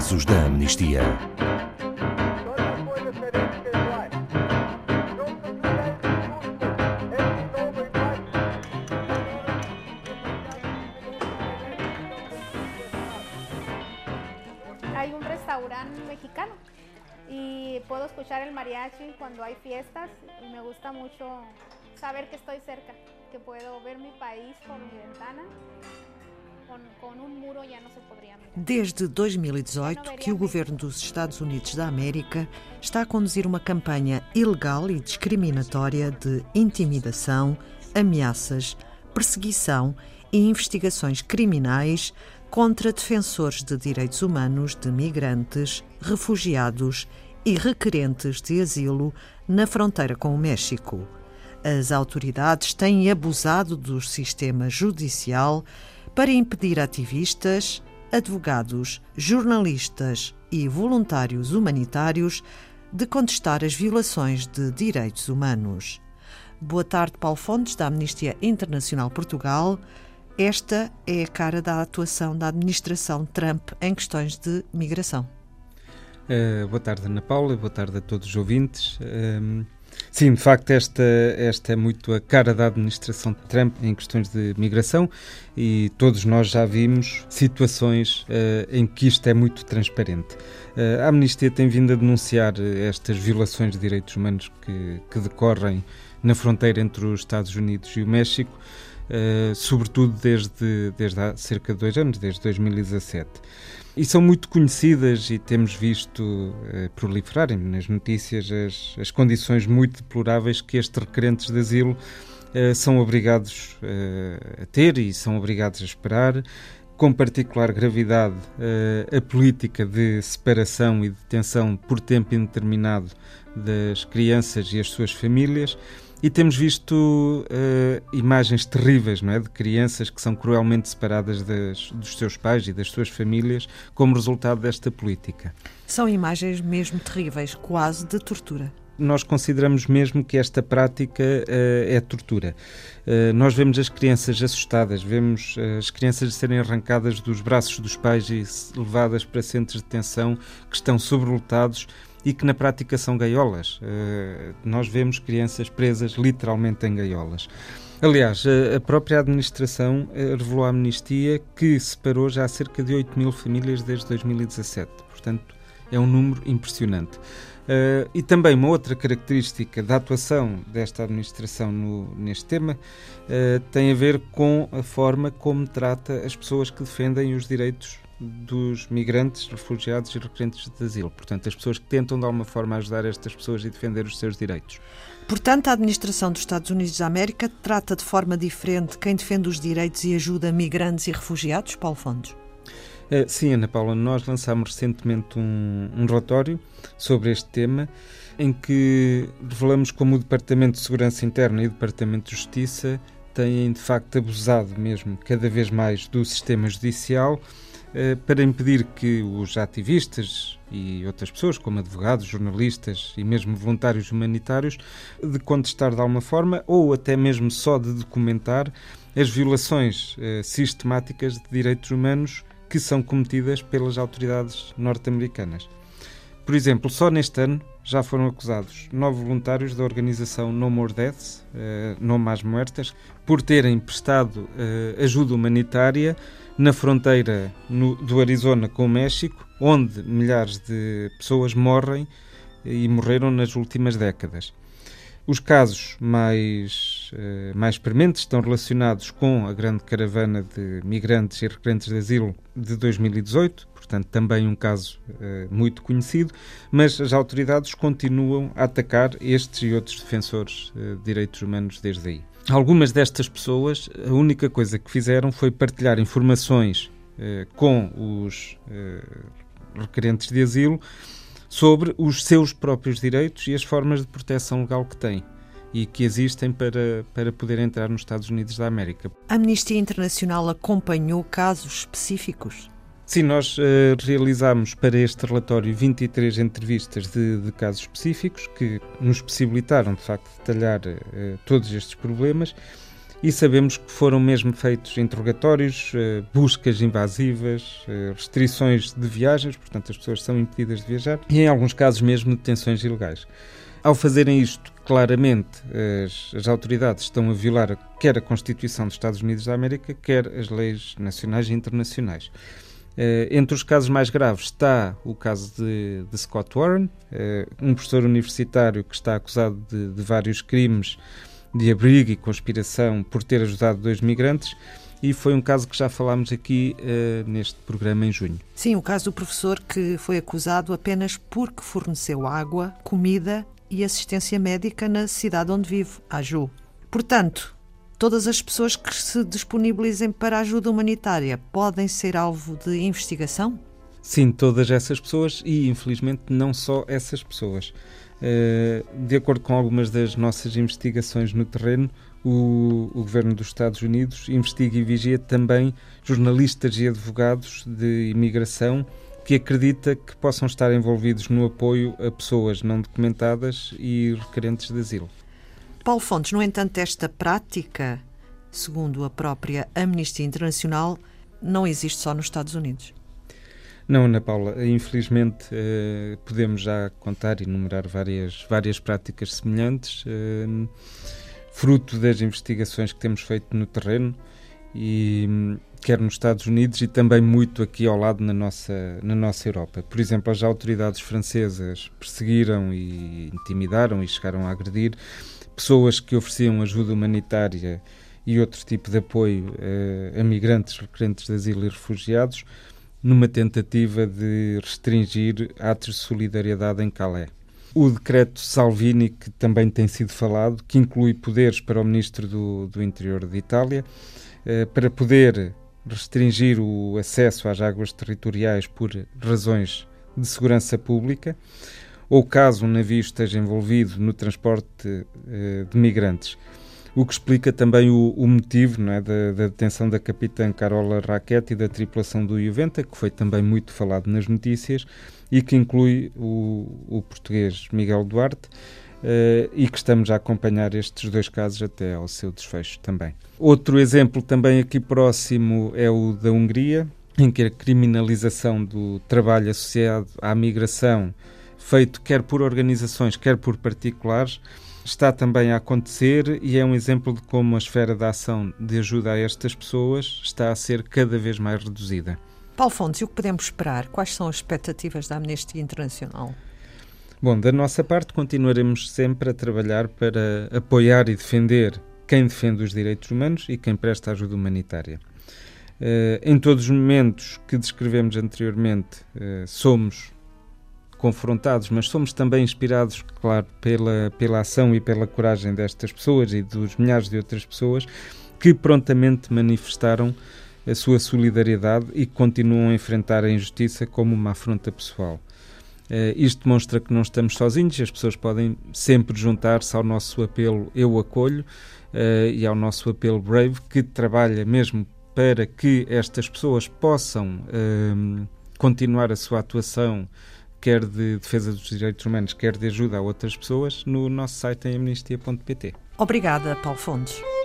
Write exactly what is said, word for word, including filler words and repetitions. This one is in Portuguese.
casos da Amnistia. Hay un restaurante mexicano y puedo escuchar el mariachi cuando hay fiestas y me gusta mucho saber que estoy cerca, que puedo ver mi país por mi ventana. Com, com um muro já não se poderia mirar. Desde dois mil e dezoito que o governo dos Estados Unidos da América está a conduzir uma campanha ilegal e discriminatória de intimidação, ameaças, perseguição e investigações criminais contra defensores de direitos humanos de migrantes, refugiados e requerentes de asilo na fronteira com o México. As autoridades têm abusado do sistema judicial para impedir ativistas, advogados, jornalistas e voluntários humanitários de contestar as violações de direitos humanos. Boa tarde, Paulo Fontes, da Amnistia Internacional Portugal. Esta é a cara da atuação da administração Trump em questões de migração. Uh, boa tarde, Ana Paula, boa tarde a todos os ouvintes. Um... Sim, de facto, esta, esta é muito a cara da administração de Trump em questões de migração e todos nós já vimos situações uh, em que isto é muito transparente. Uh, a Amnistia tem vindo a denunciar estas violações de direitos humanos que, que decorrem na fronteira entre os Estados Unidos e o México, uh, sobretudo desde, desde há cerca de dois anos, desde dois mil e dezassete. E são muito conhecidas e temos visto uh, proliferarem nas notícias as, as condições muito deploráveis que estes requerentes de asilo uh, são obrigados uh, a ter e são obrigados a esperar, com particular gravidade uh, a política de separação e detenção por tempo indeterminado das crianças e as suas famílias. E temos visto uh, imagens terríveis, não é, de crianças que são cruelmente separadas das, dos seus pais e das suas famílias como resultado desta política. São imagens mesmo terríveis, quase de tortura. Nós consideramos mesmo que esta prática uh, é tortura. Uh, nós vemos as crianças assustadas, vemos uh, as crianças serem arrancadas dos braços dos pais e levadas para centros de detenção que estão sobrelotados e que na prática são gaiolas. Uh, nós vemos crianças presas literalmente em gaiolas. Aliás, a, a própria administração uh, revelou à Amnistia que separou já cerca de oito mil famílias desde dois mil e dezassete. Portanto, é um número impressionante. Uh, e também uma outra característica da atuação desta administração no, neste tema uh, tem a ver com a forma como trata as pessoas que defendem os direitos dos migrantes, refugiados e requerentes de asilo. Portanto, as pessoas que tentam de alguma forma ajudar estas pessoas e defender os seus direitos. Portanto, a administração dos Estados Unidos da América trata de forma diferente quem defende os direitos e ajuda migrantes e refugiados, Paulo Fontes? Uh, sim, Ana Paula, nós lançámos recentemente um, um relatório sobre este tema em que revelamos como o Departamento de Segurança Interna e o Departamento de Justiça têm de facto abusado mesmo cada vez mais do sistema judicial para impedir que os ativistas e outras pessoas, como advogados, jornalistas e mesmo voluntários humanitários, de contestar de alguma forma ou até mesmo só de documentar as violações eh, sistemáticas de direitos humanos que são cometidas pelas autoridades norte-americanas. Por exemplo, só neste ano já foram acusados nove voluntários da organização No More Deaths, eh, No Mais Muertas, por terem prestado eh, ajuda humanitária na fronteira no, do Arizona com o México, onde milhares de pessoas morrem e morreram nas últimas décadas. Os casos mais, eh, mais prementes estão relacionados com a grande caravana de migrantes e requerentes de asilo de dois mil e dezoito, portanto também um caso eh, muito conhecido, mas as autoridades continuam a atacar estes e outros defensores eh, de direitos humanos desde aí. Algumas destas pessoas, a única coisa que fizeram foi partilhar informações eh, com os eh, requerentes de asilo sobre os seus próprios direitos e as formas de proteção legal que têm e que existem para, para poder entrar nos Estados Unidos da América. A Amnistia Internacional acompanhou casos específicos? Sim, nós uh, realizámos para este relatório vinte e três entrevistas de, de casos específicos que nos possibilitaram, de facto, detalhar uh, todos estes problemas e sabemos que foram mesmo feitos interrogatórios, buscas invasivas, restrições de viagens, portanto as pessoas são impedidas de viajar, e em alguns casos mesmo detenções ilegais. Ao fazerem isto, claramente as, as autoridades estão a violar quer a Constituição dos Estados Unidos da América, quer as leis nacionais e internacionais. Uh, entre os casos mais graves está o caso de, de Scott Warren, uh, um professor universitário que está acusado de, de vários crimes de abrigo e conspiração por ter ajudado dois migrantes, e foi um caso que já falámos aqui uh, neste programa em junho. Sim, o caso do professor que foi acusado apenas porque forneceu água, comida e assistência médica na cidade onde vive, Aju. Portanto, todas as pessoas que se disponibilizem para a ajuda humanitária podem ser alvo de investigação? Sim, todas essas pessoas e, infelizmente, não só essas pessoas. De acordo com algumas das nossas investigações no terreno, o, o Governo dos Estados Unidos investiga e vigia também jornalistas e advogados de imigração que acredita que possam estar envolvidos no apoio a pessoas não documentadas e requerentes de asilo. Paulo Fontes, no entanto, esta prática, segundo a própria Amnistia Internacional, não existe só nos Estados Unidos. Não, Ana Paula, infelizmente eh, podemos já contar e enumerar várias, várias práticas semelhantes, eh, fruto das investigações que temos feito no terreno, e, quer nos Estados Unidos e também muito aqui ao lado na nossa, na nossa Europa. Por exemplo, as autoridades francesas perseguiram e intimidaram e chegaram a agredir pessoas que ofereciam ajuda humanitária e outro tipo de apoio eh, a migrantes requerentes de asilo e refugiados, numa tentativa de restringir atos de solidariedade em Calais. O decreto Salvini, que também tem sido falado, que inclui poderes para o Ministro do, do Interior de Itália, eh, para poder restringir o acesso às águas territoriais por razões de segurança pública, ou caso um navio esteja envolvido no transporte eh, de migrantes. O que explica também o, o motivo, não é, da, da detenção da capitã Carola Rackete e da tripulação do Iuventa, que foi também muito falado nas notícias, e que inclui o, o português Miguel Duarte, uh, e que estamos a acompanhar estes dois casos até ao seu desfecho também. Outro exemplo também aqui próximo é o da Hungria, em que a criminalização do trabalho associado à migração, feito quer por organizações, quer por particulares, está também a acontecer, e é um exemplo de como a esfera da ação de ajuda a estas pessoas está a ser cada vez mais reduzida. Paulo Fontes, e o que podemos esperar? Quais são as expectativas da Amnistia Internacional? Bom, da nossa parte continuaremos sempre a trabalhar para apoiar e defender quem defende os direitos humanos e quem presta ajuda humanitária. Uh, em todos os momentos que descrevemos anteriormente, uh, somos confrontados, mas somos também inspirados, claro, pela, pela ação e pela coragem destas pessoas e dos milhares de outras pessoas que prontamente manifestaram a sua solidariedade e que continuam a enfrentar a injustiça como uma afronta pessoal. Uh, isto demonstra que não estamos sozinhos, as pessoas podem sempre juntar-se ao nosso apelo Eu Acolho uh, e ao nosso apelo Brave, que trabalha mesmo para que estas pessoas possam uh, continuar a sua atuação, quer de defesa dos direitos humanos, quer de ajuda a outras pessoas, no nosso site em amnistia ponto pt. Obrigada, Paulo Fontes.